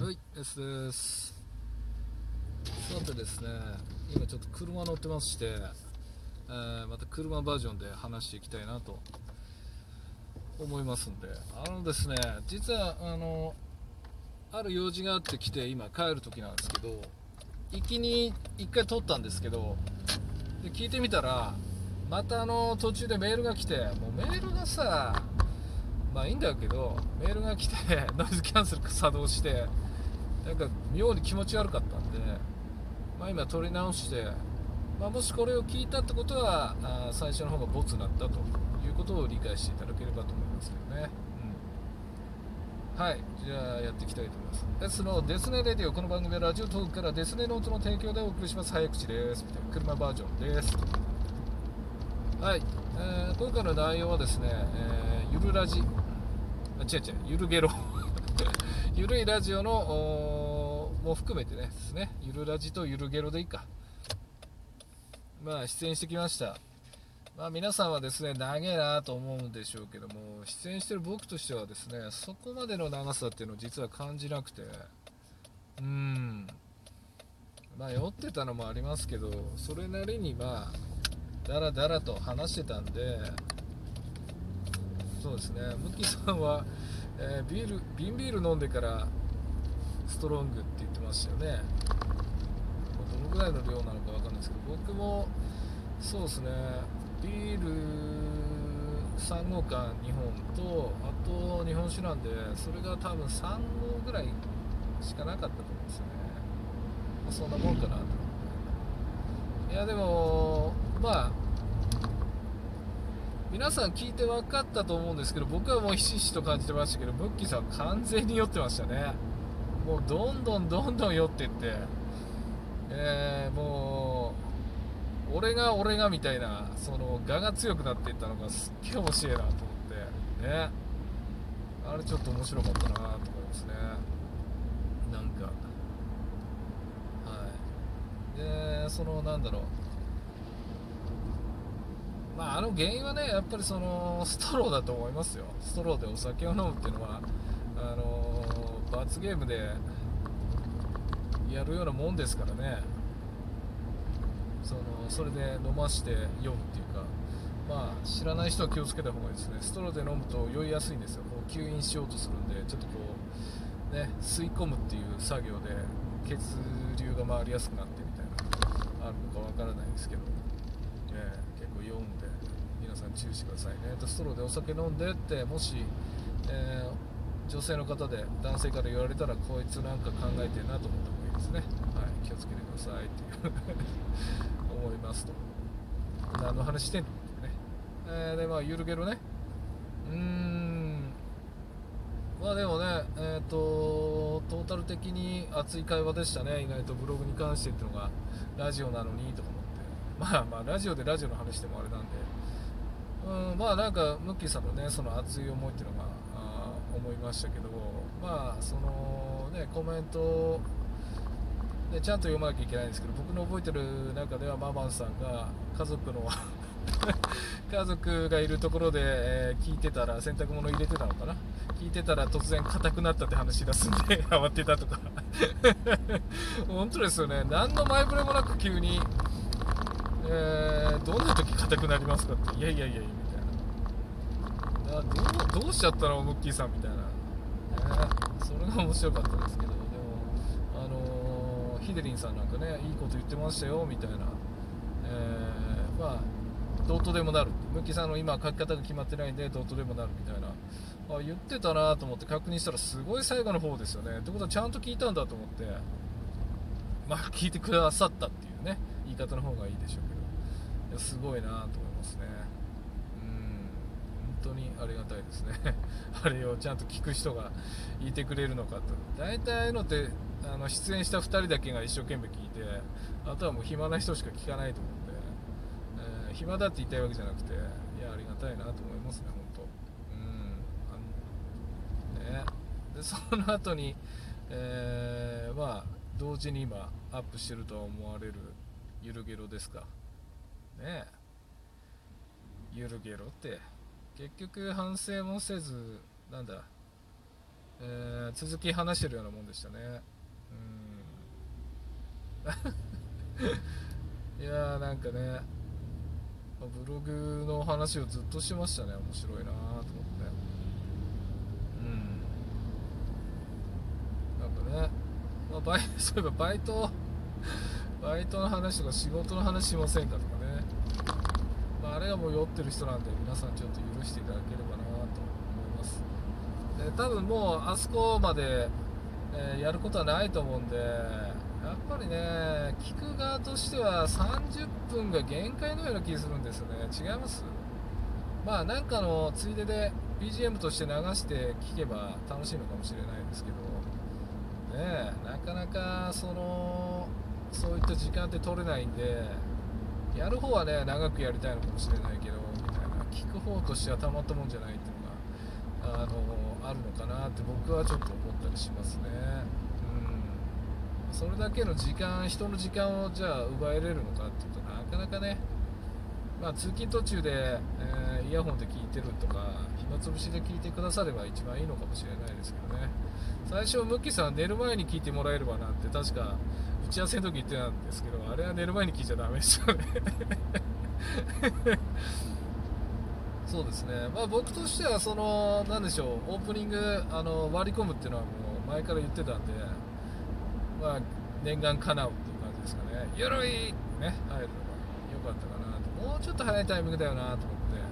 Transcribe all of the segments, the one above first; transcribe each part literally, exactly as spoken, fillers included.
はい、S です。さてですね、今ちょっと車乗ってまして、えーまた車バージョンで話していきたいなと思いますんで、あのですね、実はあのある用事があって来て今帰る時なんですけど、行きに一回撮ったんですけど、で聞いてみたら、またあの途中でメールが来て、もうメールがさ、まあいいんだけど、メールが来てノイズキャンセル作動して、なんか妙に気持ち悪かったんで、まあ、今撮り直して、まあ、もしこれを聞いたってことはあ最初の方がボツになったということを理解していただければと思いますけどね、うん、はい、じゃあやっていきたいと思います。 S のデスネレディオ、この番組はラジオトークからデスネノートの提供でお送りします。早口ですみたいな車バージョンです。はい、えー今回の内容はですね、えーゆるラジあ違う違うゆるゲロゆるいラジオのも含めてねですね、ゆるラジとゆるゲロでいいか、まあ出演してきました。まあ皆さんはですね、長えなと思うんでしょうけども、出演してる僕としてはですね、そこまでの長さっていうのを実は感じなくて、うーん、まあ酔ってたのもありますけど、それなりにまあだらだらと話してたんで、そうですね、ムッキーさんは、えービール瓶ビール飲んでからストロングって言ってましたよね。どのぐらいの量なのかわかんないですけど、僕もそうですね、ビールさん号かにほんと、あと日本酒なんで、それが多分さん号ぐらいしかなかったと思うんですよね。まあ、そんなもんかなと。いやでもまあ皆さん聞いて分かったと思うんですけど、僕はもうひしひしと感じてましたけど、ムッキーさんは完全に酔ってましたね。もうどんどんどんどん酔ってって、えー、もう俺が俺がみたいな、その我が強くなっていったのがすっげえ面白いなと思ってね。あれちょっと面白かったなと思いますね。なんか、はいでそのなんだろう、まああの原因はね、やっぱりそのストローだと思いますよ。ストローでお酒を飲むっていうのはあの罰ゲームでやるようなもんですからね。そのそれで飲まして酔うっていうか、まあ知らない人は気をつけた方がいいですね。ストローで飲むと酔いやすいんですよ。こう吸引しようとするんで、ちょっとこうね、吸い込むっていう作業で血流が回りやすくなってみたいなあるのかわからないですけど、えー結構酔うんで皆さん注意してくださいね。ストローでお酒飲んでってもし、えー女性の方で男性から言われたら、こいつなんか考えてるなと思った方がいいですね。はい、気をつけてくださいっていう思いますと。何の話してんのってね。えーでまあゆるゲロね、うーん、まあでもね、えーとトータル的に熱い会話でしたね。意外とブログに関してっていうのがラジオなのにとか思って、まあまあラジオでラジオの話でもあれなんで、うん、まあなんかムッキーさんのねその熱い思いっていうのがあ思いましたけど、まあそのねコメントでちゃんと読まなきゃいけないんですけど、僕の覚えてる中ではママンさんが家族の家族がいるところで、えー聞いてたら、洗濯物入れてたのかな、聞いてたら突然硬くなったって話し出すんで慌てたとか本当ですよね、何の前触れもなく急に、えーどんな時硬くなりますかって、いやいやいやいやみたいな、どうどうしちゃったのムッキーさんみたいな、ね、それが面白かったですけど、でもあのーヒデリンさんなんかね、いいこと言ってましたよみたいな、えーまあどうとでもなる、ムッキーさんの今書き方が決まってないんでどうとでもなるみたいな、あ言ってたなと思って確認したら、すごい最後の方ですよね。ってことはちゃんと聞いたんだと思って、まあ聞いてくださったっていうね言い方の方がいいでしょうけど、いやすごいなと思いますね。うん、本当にありがたいですねあれをちゃんと聞く人がいてくれるのかと。大体ああいうのってあの出演したふたりだけが一生懸命聞いて、あとはもう暇な人しか聞かないと思うんで、えー暇だって言いたいわけじゃなくて、いやありがたいなと思いますね、本当。うんあのねでその後に、えーまあ同時に今アップしてるとは思われるゆるゲロですかね。ゆるゲロって結局反省もせず、なんだ、えー続き話してるようなもんでしたね。うんいやーなんかね、ブログの話をずっとしてましたね。面白いなと思って。うんなんかね、まあ、バイそういえばバイトバイトの話とか仕事の話しませんかとかね、まあ、あれはもう酔ってる人なんで皆さんちょっと許していただければなと思います。で多分もうあそこまで、えーやることはないと思うんで、やっぱりね聞く側としてはさんじゅっぷんが限界のような気がするんですよね。違います？まあなんかのついでで ビージーエム として流して聴けば楽しいのかもしれないですけどね、えなかなかそのそういった時間って取れないんで、やる方はね長くやりたいのかもしれないけどみたいな、聞く方としてはたまったもんじゃないっていうのがあのあるのかなって僕はちょっと思ったりしますね。うんそれだけの時間、人の時間をじゃあ奪えれるのかっていうとなかなかね、まあ、通勤途中で、えーイヤホンで聞いてるとか暇つぶしで聞いてくだされば一番いいのかもしれないですけどね。最初ムッキーさん寝る前に聞いてもらえればなって確か打ち合わせの時言ってたんですけど、あれは寝る前に聞いちゃダメですよねそうですね、まあ、僕としてはそのなんでしょう、オープニングあの割り込むっていうのはもう前から言ってたんで、まあ、念願叶うっていう感じですかね。よろいね入るのが良かったかなと、もうちょっと早いタイミングだよなと思って、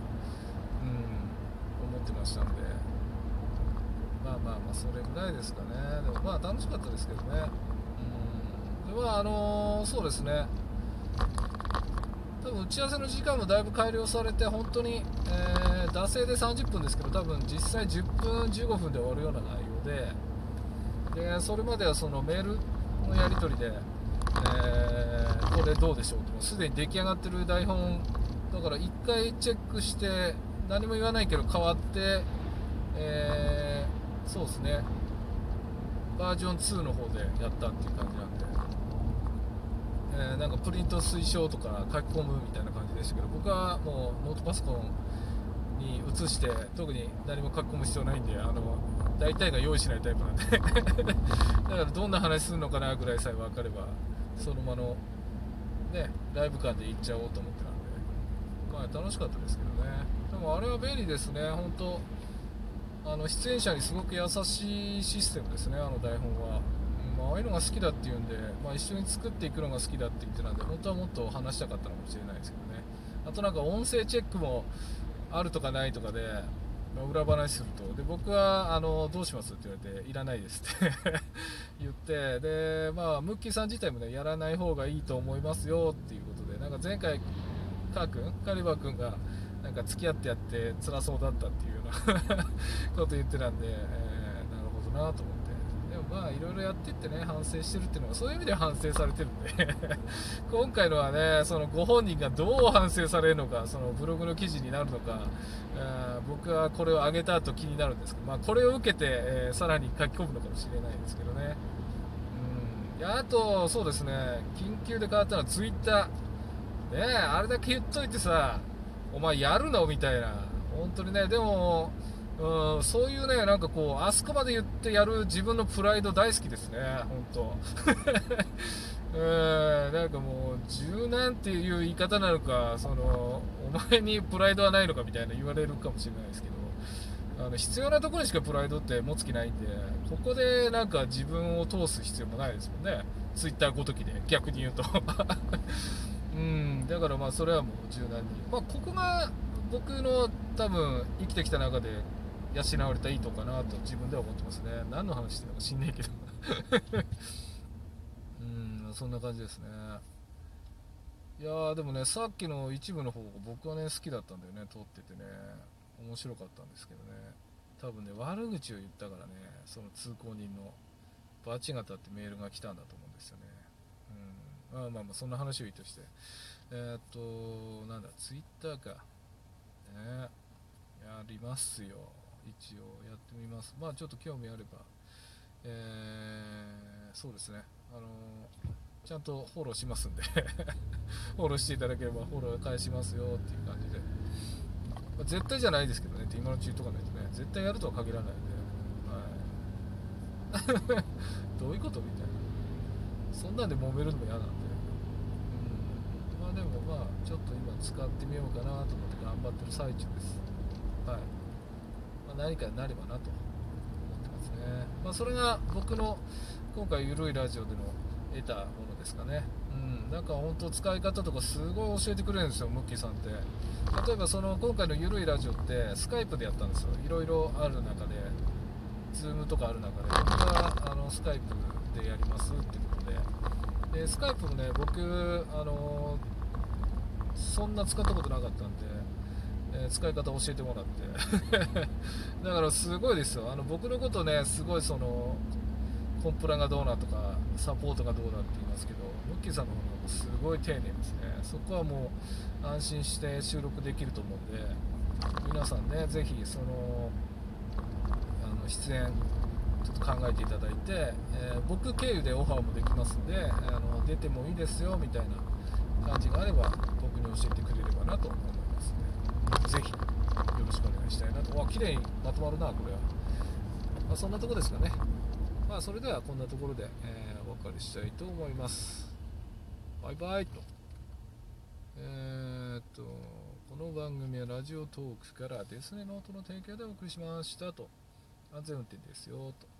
うん思ってましたんで、まあまあまあそれぐらいですかね。でもまあ楽しかったですけどね。うんでまああのーそうですね、多分打ち合わせの時間もだいぶ改良されて本当に、えー、惰性でさんじゅっぷんですけど多分実際じゅっぷんじゅうごふんで終わるような内容で、でそれまではそのメールのやり取りで、えーこれどうでしょうと、すでに出来上がってる台本だからいっかいチェックして何も言わないけど変わって、えーそうですね、バージョンツーの方でやったっていう感じなんで、えーなんかプリント推奨とか書き込むみたいな感じでしたけど、僕はもうノートパソコンに移して特に何も書き込む必要ないんで、あの大体が用意しないタイプなんでだからどんな話するのかなぐらいさえ分かればそのままのねライブ感で行っちゃおうと思ってたんで、まあ楽しかったですけどね。でもあれは便利ですね本当。あの出演者にすごく優しいシステムですね、あの台本は。うんまあ、ああいうのが好きだっていうんで、まあ、一緒に作っていくのが好きだって言ってたんで、本当はもっと話したかったのかもしれないですけどね。あとなんか音声チェックもあるとかないとかで、まあ、裏話すると、で僕はあのどうしますって言われて、いらないですって言って、で、まあ、ムッキーさん自体もね、やらない方がいいと思いますよっていうことで、なんか前回、カー君、カリバー君がなんか付き合ってやって辛そうだったっていうようなこと言ってたんで、えーなるほどなと思って、でもまあいろいろやってってね反省してるっていうのはそういう意味では反省されてるんで今回のはね、そのご本人がどう反省されるのか、そのブログの記事になるのか、えー僕はこれを上げた後気になるんですけど、まあ、これを受けて、えーさらに書き込むのかもしれないですけどね。うんいやあとそうですね、緊急で変わったのはツイッターねえ、あれだけ言っといてさ、お前やるのみたいな、本当にね。でも、うん、そういうね、なんかこう、あそこまで言ってやる自分のプライド大好きですね、本当。うん、なんかもう、柔軟っていう言い方なのか、その、お前にプライドはないのかみたいな言われるかもしれないですけど、あの必要なところにしかプライドって持つ気ないんで、ここでなんか自分を通す必要もないですもんね、ツイッターごときで、逆に言うと。うんだからまあそれはもう柔軟に、まあ、ここが僕の多分生きてきた中で養われたいいとかなと自分では思ってますね。何の話してるのか知んねえけどうんそんな感じですね。いやーでもね、さっきの一部の方僕はね好きだったんだよね、撮っててね面白かったんですけどね、多分ね悪口を言ったからね、その通行人のバチ型ってメールが来たんだと思うんですよね。うんまあまあまあそんな話をいいとして、えーっとなんだツイッターかね、やりますよ、一応やってみます。まあちょっと興味あれば、えーそうですね、あのーちゃんとフォローしますんでフォローしていただければフォロー返しますよっていう感じで、まあ、絶対じゃないですけどね、今のうち言っとかないとね、絶対やるとは限らないんで、はいどういうことみたいな、そんなんで揉めるのも嫌なんで、うん、まあでもまあちょっと今使ってみようかなと思って頑張ってる最中です。はい、まあ、何かになればなと思ってますね。まあ、それが僕の今回ゆるいラジオでの得たものですかね。うん、なんか本当使い方とかすごい教えてくれるんですよ、ムッキーさんって。例えばその今回のゆるいラジオってスカイプでやったんですよ。いろいろある中で、ズームとかある中で僕があのスカイプでやりますってことで、でスカイプもね、僕あのそんな使ったことなかったんで、えー使い方教えてもらってだからすごいですよ。あの僕のことね、すごいそのコンプラがどうなとかサポートがどうなって言いますけど、ムッキーさんの方がもうすごい丁寧ですね。そこはもう安心して収録できると思うんで、皆さんね、ぜひそのあの出演ちょっと考えていただいて、えー僕経由でオファーもできますんで、あの出てもいいですよみたいな感じがあれば僕に教えてくれればなと思いますね。ぜひよろしくお願いしたいなと。わ、綺麗にまとまるなこれは。まあ、そんなとこですかね。まあそれではこんなところで、えーお別れしたいと思います。バイバイと。えー、っとこの番組はラジオトークからデスネノートの提供でお送りしましたと。安全運転ですよと。